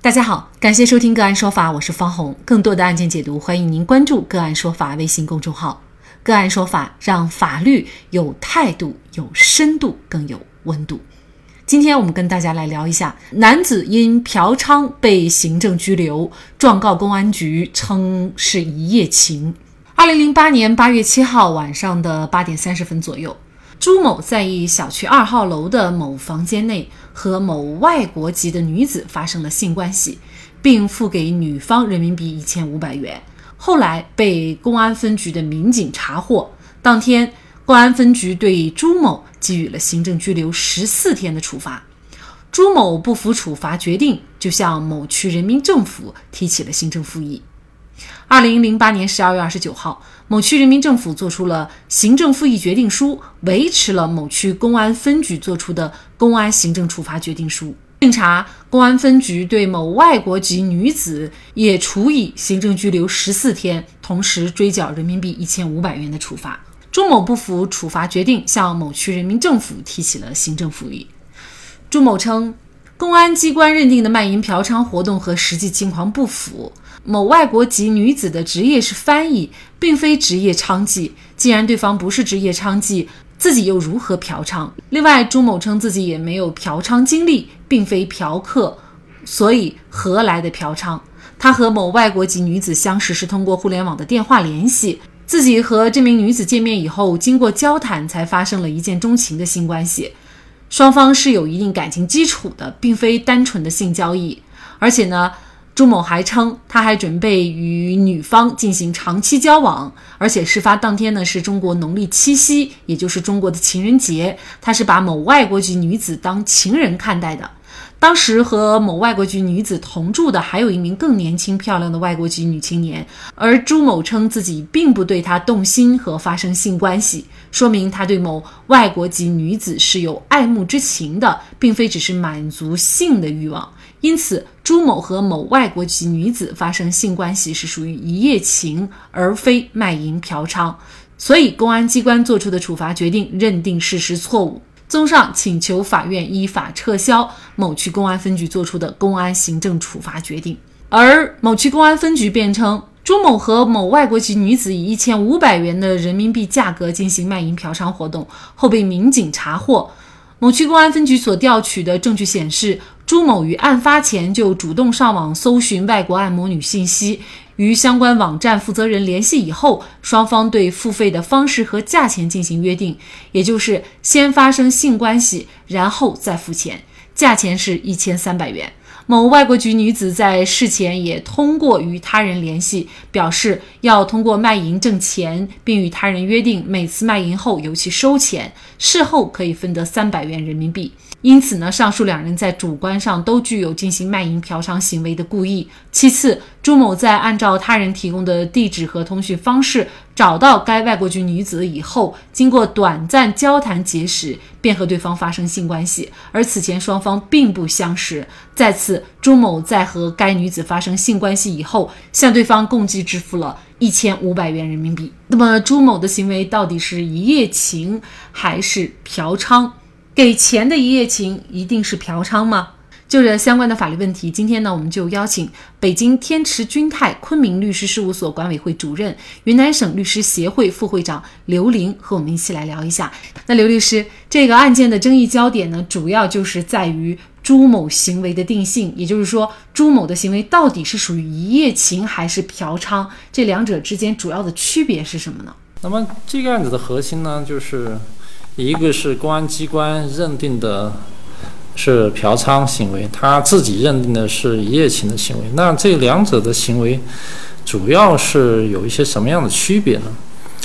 大家好，感谢收听个案说法，我是方红。更多的案件解读，欢迎您关注个案说法微信公众号。个案说法让法律有态度、有深度、更有温度。今天我们跟大家来聊一下，男子因嫖娼被行政拘留，状告公安局称是一夜情。2008年8月7号晚上的8点30分左右，朱某在一小区2号楼的某房间内和某外国籍的女子发生了性关系，并付给女方人民币1500元。后来被公安分局的民警查获，当天公安分局对朱某给予了行政拘留14天的处罚。朱某不服处罚决定，就向某区人民政府提起了行政复议。2008年12月29号，某区人民政府作出了行政复议决定书，维持了某区公安分局作出的公安行政处罚决定书。经查，公安分局对某外国籍女子也处以行政拘留14天，同时追缴人民币1500元的处罚。朱某不服处罚决定，向某区人民政府提起了行政复议。朱某称，公安机关认定的卖淫嫖娼活动和实际情况不符，某外国籍女子的职业是翻译，并非职业娼妓，既然对方不是职业娼妓，自己又如何嫖娼？另外，朱某称自己也没有嫖娼经历，并非嫖客，所以何来的嫖娼？他和某外国籍女子相识是通过互联网的电话联系，自己和这名女子见面以后，经过交谈才发生了一见钟情的性关系，双方是有一定感情基础的，并非单纯的性交易。而且呢，朱某还称，他还准备与女方进行长期交往，而且事发当天呢是中国农历七夕，也就是中国的情人节，他是把某外国籍女子当情人看待的。当时和某外国籍女子同住的还有一名更年轻漂亮的外国籍女青年，而朱某称自己并不对她动心和发生性关系，说明他对某外国籍女子是有爱慕之情的，并非只是满足性的欲望。因此，朱某和某外国籍女子发生性关系是属于一夜情，而非卖淫嫖娼，所以公安机关作出的处罚决定认定事实错误。综上，请求法院依法撤销某区公安分局作出的公安行政处罚决定。而某区公安分局辩称，朱某和某外国籍女子以1500元的人民币价格进行卖淫嫖娼活动，后被民警查获。某区公安分局所调取的证据显示，朱某于案发前就主动上网搜寻外国按摩女信息，与相关网站负责人联系以后，双方对付费的方式和价钱进行约定，也就是先发生性关系，然后再付钱，价钱是1300元。某外国籍女子在事前也通过与他人联系，表示要通过卖淫挣钱，并与他人约定每次卖淫后由其收钱，事后可以分得300元人民币。因此呢，上述两人在主观上都具有进行卖淫嫖娼行为的故意。其次，朱某在按照他人提供的地址和通讯方式找到该外国籍女子以后，经过短暂交谈结识，便和对方发生性关系，而此前双方并不相识。再次，朱某在和该女子发生性关系以后，向对方共计支付了1500元人民币。那么朱某的行为到底是一夜情还是嫖娼？给钱的一夜情一定是嫖娼吗？就这相关的法律问题，今天呢，我们就邀请北京天池君泰昆明律师事务所管委会主任、云南省律师协会副会长刘玲和我们一起来聊一下。那刘律师，这个案件的争议焦点呢，主要就是在于朱某行为的定性，也就是说，朱某的行为到底是属于一夜情还是嫖娼？这两者之间主要的区别是什么呢？ 那么这个案子的核心呢，就是一个是公安机关认定的是嫖娼行为，他自己认定的是一夜情的行为。那这两者的行为主要是有一些什么样的区别呢？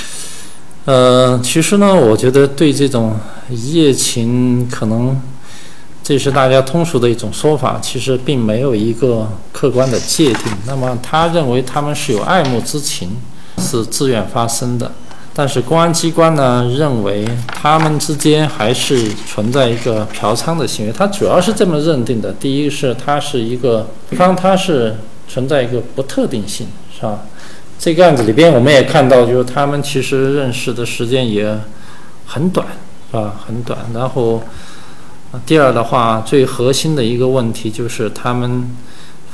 其实呢，我觉得对这种一夜情，可能这是大家通俗的一种说法，其实并没有一个客观的界定。那么他认为他们是有爱慕之情，是自愿发生的。但是公安机关呢认为他们之间还是存在一个嫖娼的行为，他主要是这么认定的。第一是它是一个地方，它是存在一个不特定性，是吧？这个案子里边我们也看到，就是他们其实认识的时间也很短，是吧？很短。然后第二的话，最核心的一个问题就是他们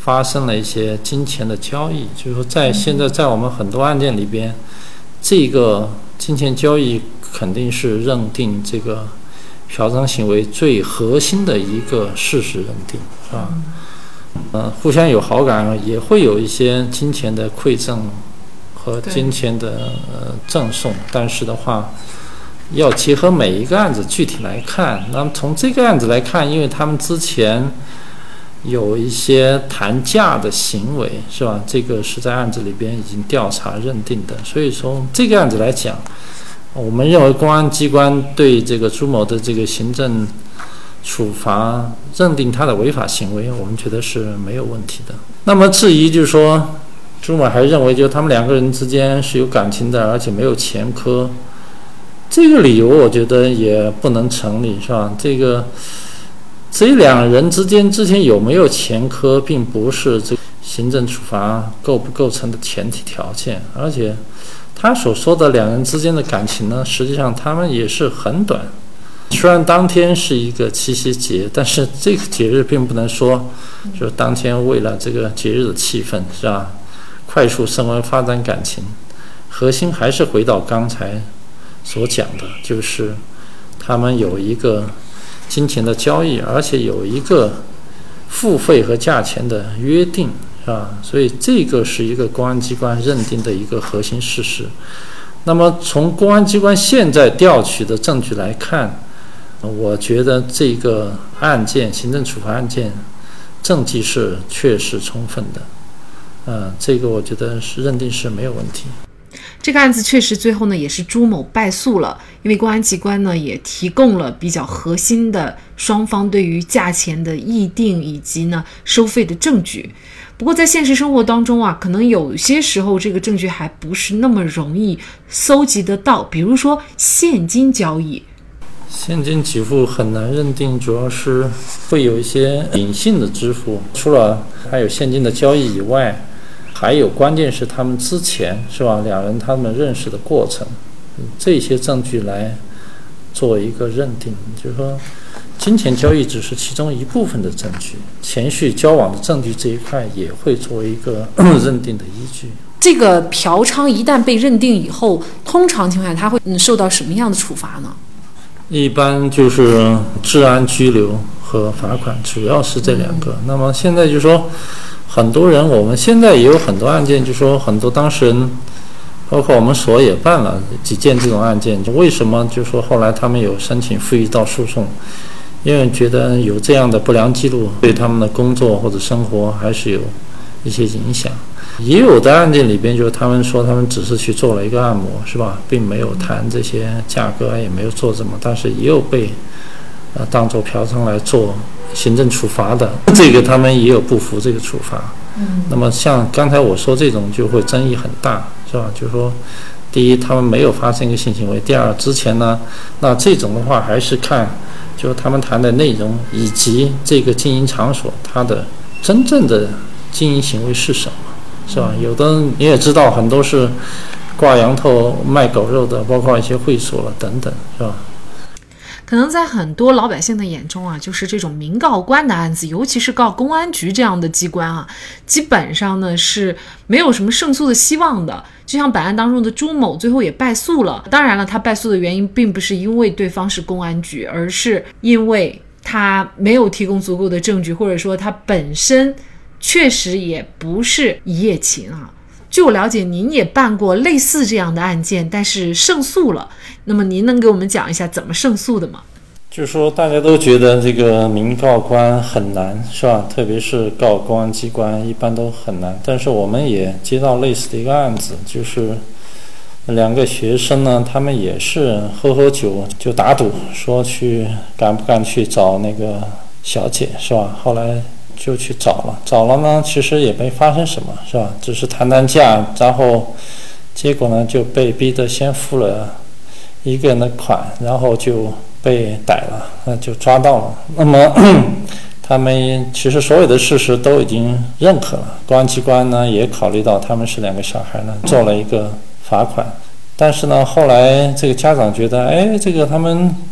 发生了一些金钱的交易，就是说现在在我们很多案件里边，这个金钱交易肯定是认定这个嫖娼行为最核心的一个事实认定，是吧？互相有好感，也会有一些金钱的馈赠和金钱的赠送，但是的话，要结合每一个案子具体来看。那么从这个案子来看，因为他们之前有一些谈价的行为，是吧？这个是在案子里边已经调查认定的，所以从这个案子来讲，我们认为公安机关对这个朱某的这个行政处罚认定他的违法行为，我们觉得是没有问题的。那么至于就是说，朱某还认为就他们两个人之间是有感情的，而且没有前科，这个理由我觉得也不能成立，是吧？这两人之间之前有没有前科，并不是这个行政处罚构不构成的前提条件，而且他所说的两人之间的感情呢，实际上他们也是很短。虽然当天是一个七夕节，但是这个节日并不能说就是当天为了这个节日的气氛，是吧？快速升温发展感情，核心还是回到刚才所讲的，就是他们有一个金钱的交易，而且有一个付费和价钱的约定，是吧？所以这个是一个公安机关认定的一个核心事实。那么从公安机关现在调取的证据来看，我觉得这个案件行政处罚案件证据是确实充分的，这个我觉得是认定是没有问题。 这个案子确实最后呢也是朱某败诉了，因为公安机关呢也提供了比较核心的双方对于价钱的议定以及呢收费的证据。不过在现实生活当中啊，可能有些时候这个证据还不是那么容易搜集得到，比如说现金交易。 现金给付很难认定，主要是会有一些隐性的支付，除了还有现金的交易以外，还有关键是他们之前，是吧？两人他们认识的过程，这些证据来做一个认定，就是说金钱交易只是其中一部分的证据，前续交往的证据这一块也会作为一个认定的依据。 这个嫖娼一旦被认定以后，通常情况下他会受到什么样的处罚呢？ 一般就是治安拘留和罚款，主要是这两个。那么现在就说很多人，我们现在也有很多案件，就说很多当事人，包括我们所也办了几件这种案件，为什么就说后来他们有申请复议到诉讼？因为觉得有这样的不良记录，对他们的工作或者生活还是有一些影响。也有的案件里边，就是他们说他们只是去做了一个按摩，是吧，并没有谈这些价格，也没有做什么，但是也有被当作嫖娼来做行政处罚的，这个他们也有不服这个处罚。那么像刚才我说这种就会争议很大，是吧？就是说第一他们没有发生一个性行为，第二之前呢，那这种的话还是看就他们谈的内容以及这个经营场所它的真正的经营行为是什么，是吧？有的你也知道很多是挂羊头卖狗肉的，包括一些会所了等等，是吧？ 可能在很多老百姓的眼中啊，就是这种民告官的案子，尤其是告公安局这样的机关啊，基本上呢是没有什么胜诉的希望的。就像本案当中的朱某最后也败诉了，当然了，他败诉的原因并不是因为对方是公安局，而是因为他没有提供足够的证据，或者说他本身确实也不是一夜情啊。据我了解，您也办过类似这样的案件，但是胜诉了。那么您能给我们讲一下怎么胜诉的吗？ 就是说大家都觉得这个民告官很难，是吧？特别是告公安机关一般都很难。但是我们也接到类似的一个案子，就是两个学生呢，他们也是喝酒就打赌，说去敢不敢去找那个小姐，是吧？后来就去找了呢，其实也没发生什么，是吧？只是谈价，然后结果呢就被逼得先付了一个人的款，然后就被逮了，那就抓到了。那么他们其实所有的事实都已经认可了，公安机关呢也考虑到他们是两个小孩呢，做了一个罚款。但是呢后来这个家长觉得，这个他们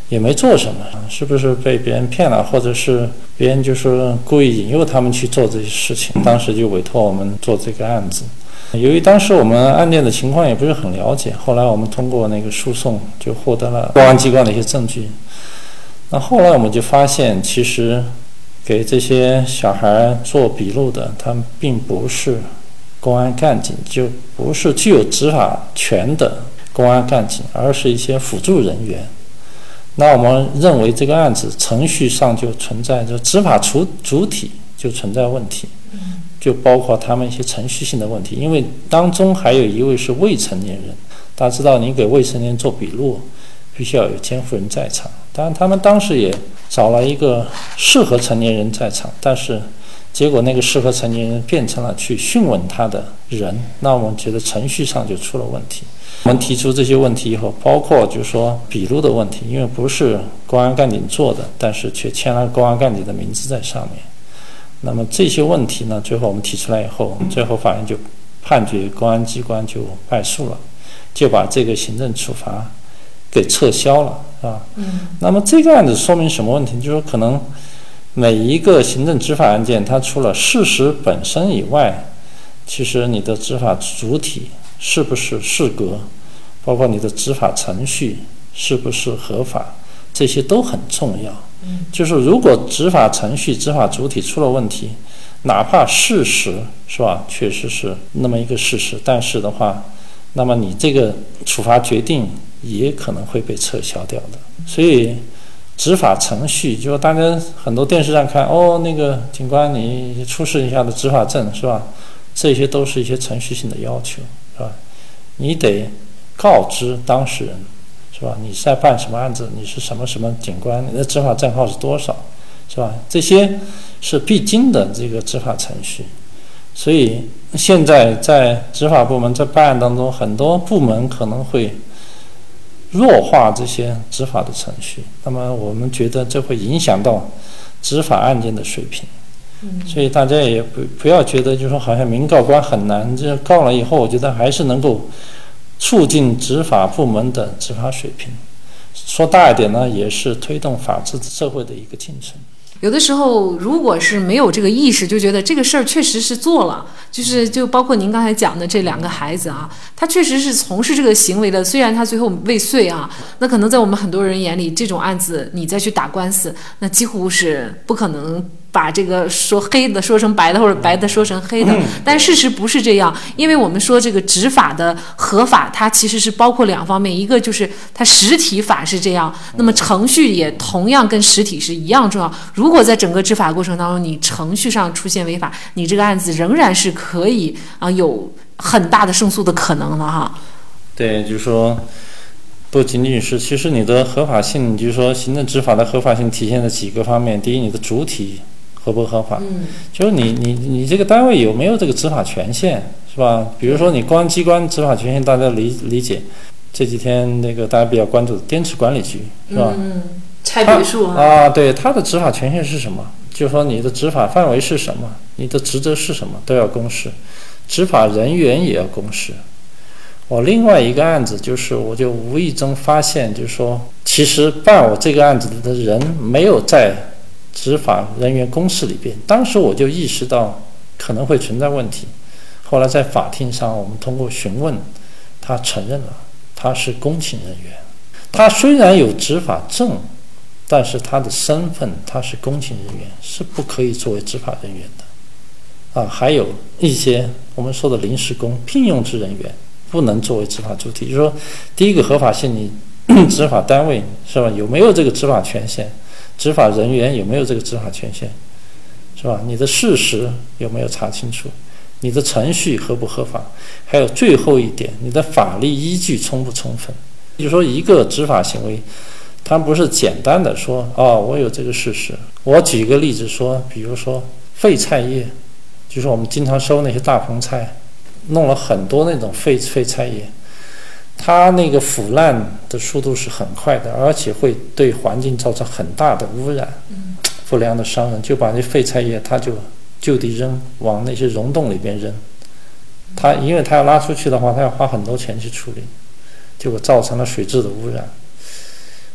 也没做什么，是不是被别人骗了，或者是别人就是故意引诱他们去做这些事情？当时就委托我们做这个案子。由于当时我们案件的情况也不是很了解，后来我们通过那个诉讼就获得了公安机关的一些证据。那后来我们就发现，其实给这些小孩做笔录的，他们并不是公安干警，就不是具有执法权的公安干警，而是一些辅助人员。那我们认为这个案子程序上就存在，就执法主体就存在问题，就包括他们一些程序性的问题。因为当中还有一位是未成年人，大家知道你给未成年人做笔录必须要有监护人在场，当然他们当时也找了一个适合成年人在场，但是结果那个适合成年人变成了去讯问他的人，那我们觉得程序上就出了问题。我们提出这些问题以后，包括就是说笔录的问题，因为不是公安干警做的，但是却签了公安干警的名字在上面。那么这些问题呢，最后我们提出来以后，最后法院就判决公安机关就败诉了，就把这个行政处罚给撤销了啊。那么这个案子说明什么问题？就是说可能每一个行政执法案件，它除了事实本身以外，其实你的执法主体是不是适格，包括你的执法程序是不是合法，这些都很重要。就是如果执法程序、执法主体出了问题，哪怕事实是吧，确实是那么一个事实，但是的话，那么你这个处罚决定也可能会被撤销掉的。所以执法程序，就是大家很多电视上看，那个警官你出示一下的执法证是吧？这些都是一些程序性的要求，是吧？你得告知当事人，是吧？你是在办什么案子？你是什么什么警官？你的执法证号是多少？是吧？这些是必经的这个执法程序。所以现在在执法部门在办案当中，很多部门可能会弱化这些执法的程序，那么我们觉得这会影响到执法案件的水平。所以大家也不要觉得就是说好像民告官很难，这告了以后，我觉得还是能够促进执法部门的执法水平。说大一点呢，也是推动法治社会的一个进程。 有的时候如果是没有这个意识，就觉得这个事儿确实是做了，就包括您刚才讲的这2个孩子啊，他确实是从事这个行为的，虽然他最后未遂啊，那可能在我们很多人眼里，这种案子你再去打官司，那几乎是不可能把这个说黑的说成白的，或者白的说成黑的。但事实不是这样，因为我们说这个执法的合法，它其实是包括2方面，一个就是它实体法是这样，那么程序也同样跟实体是一样重要。如果在整个执法过程当中，你程序上出现违法，你这个案子仍然是可以有很大的胜诉的可能的哈。 对，就是说不仅仅是，其实你的合法性，就是说行政执法的合法性体现在几个方面。第一，你的主体合不合法，就是你这个单位有没有这个执法权限，是吧？比如说你公安机关执法权限，大家理解。这几天那个大家比较关注的滇池管理局，是吧？ 拆别墅对，它的执法权限是什么？就是说你的执法范围是什么，你的职责是什么，都要公示，执法人员也要公示。我另外一个案子就是我就无意中发现，就是说其实办我这个案子的人没有在执法人员公示里边，当时我就意识到可能会存在问题。后来在法庭上我们通过询问，他承认了他是公勤人员，他虽然有执法证，但是他的身份他是公勤人员，是不可以作为执法人员的还有一些我们说的临时工、聘用制人员不能作为执法主体。就是说第一个合法性，你执法单位是吧，有没有这个执法权限，执法人员有没有这个执法权限，是吧？你的事实有没有查清楚，你的程序合不合法，还有最后一点，你的法律依据充不充分。就是说一个执法行为它不是简单的说我有这个事实。我举个例子说，比如说废菜叶，就是我们经常收那些大棚菜，弄了很多那种废菜叶，它那个腐烂的速度是很快的，而且会对环境造成很大的污染，不良的商人就把那废菜叶他就地扔，往那些溶洞里边扔。因为他要拉出去的话，他要花很多钱去处理，结果造成了水质的污染。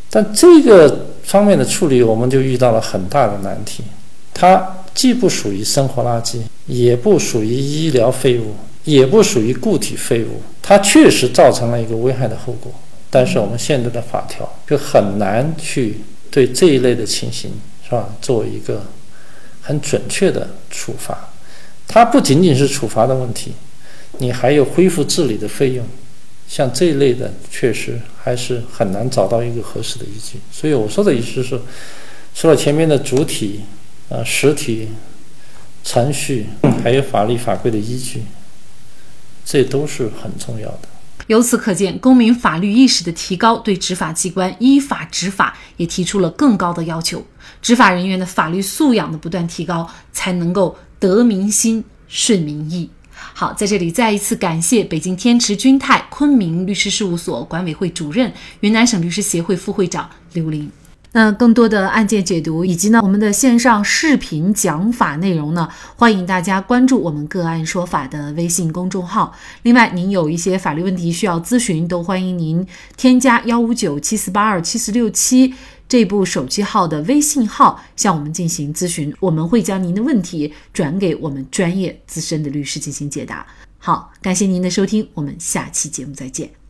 但这个方面的处理我们就遇到了很大的难题，它既不属于生活垃圾，也不属于医疗废物，也不属于固体废物，它确实造成了一个危害的后果，但是我们现在的法条就很难去对这一类的情形，是吧，做一个很准确的处罚。它不仅仅是处罚的问题，你还有恢复治理的费用，像这一类的确实还是很难找到一个合适的依据。所以我说的意思是，除了前面的主体、实体、程序，还有法律法规的依据，这都是很重要的。 由此可见，公民法律意识的提高对执法机关依法执法也提出了更高的要求，执法人员的法律素养的不断提高，才能够得民心顺民意。好，在这里再一次感谢北京天池君泰昆明律师事务所管委会主任、云南省律师协会副会长刘林。那更多的案件解读以及我们的线上视频讲法内容呢，欢迎大家关注我们个案说法的微信公众号。另外，您有一些法律问题需要咨询，都欢迎您添加15974827467这部手机号的微信号向我们进行咨询，我们会将您的问题转给我们专业资深的律师进行解答。好，感谢您的收听，我们下期节目再见。